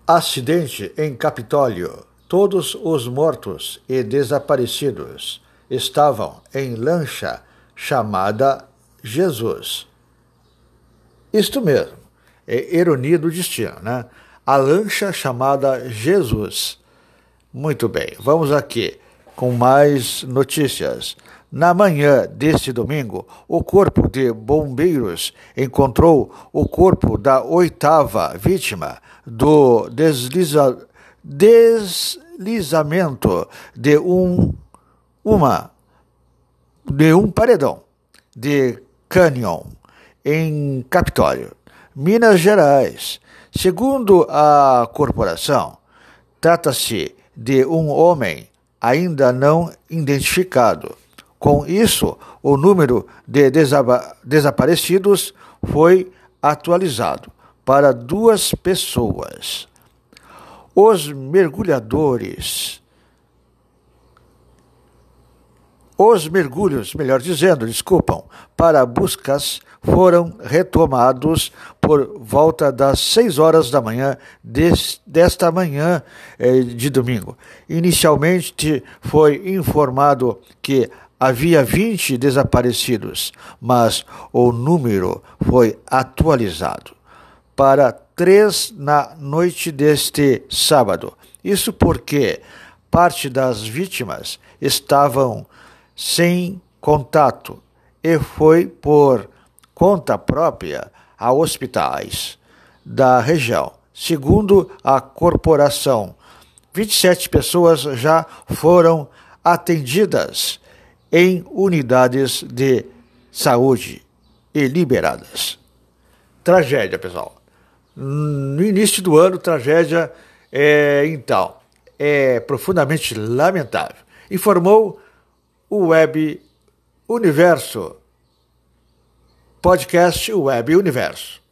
Acidente em Capitólio. Todos os mortos e desaparecidos estavam em lancha chamada Jesus. Isto mesmo, é ironia do destino, né? A lancha chamada Jesus. Muito bem, vamos aqui com mais notícias. Na manhã deste domingo, o Corpo de Bombeiros encontrou o corpo da 8ª vítima do deslizamento de um paredão de cânion em Capitólio, Minas Gerais. Segundo a corporação, trata-se de um homem ainda não identificado. Com isso, o número de desaparecidos foi atualizado para 2 pessoas. Os mergulhos, para buscas foram retomados por volta das 6 horas da manhã desta manhã de domingo. Inicialmente foi informado que havia 20 desaparecidos, mas o número foi atualizado para 3 na noite deste sábado. Isso porque parte das vítimas estavam sem contato e foi por conta própria a hospitais da região. Segundo a corporação, 27 pessoas já foram atendidas em unidades de saúde e liberadas. Tragédia, pessoal. No início do ano, tragédia é profundamente lamentável. Informou o Web Universo, podcast Web Universo.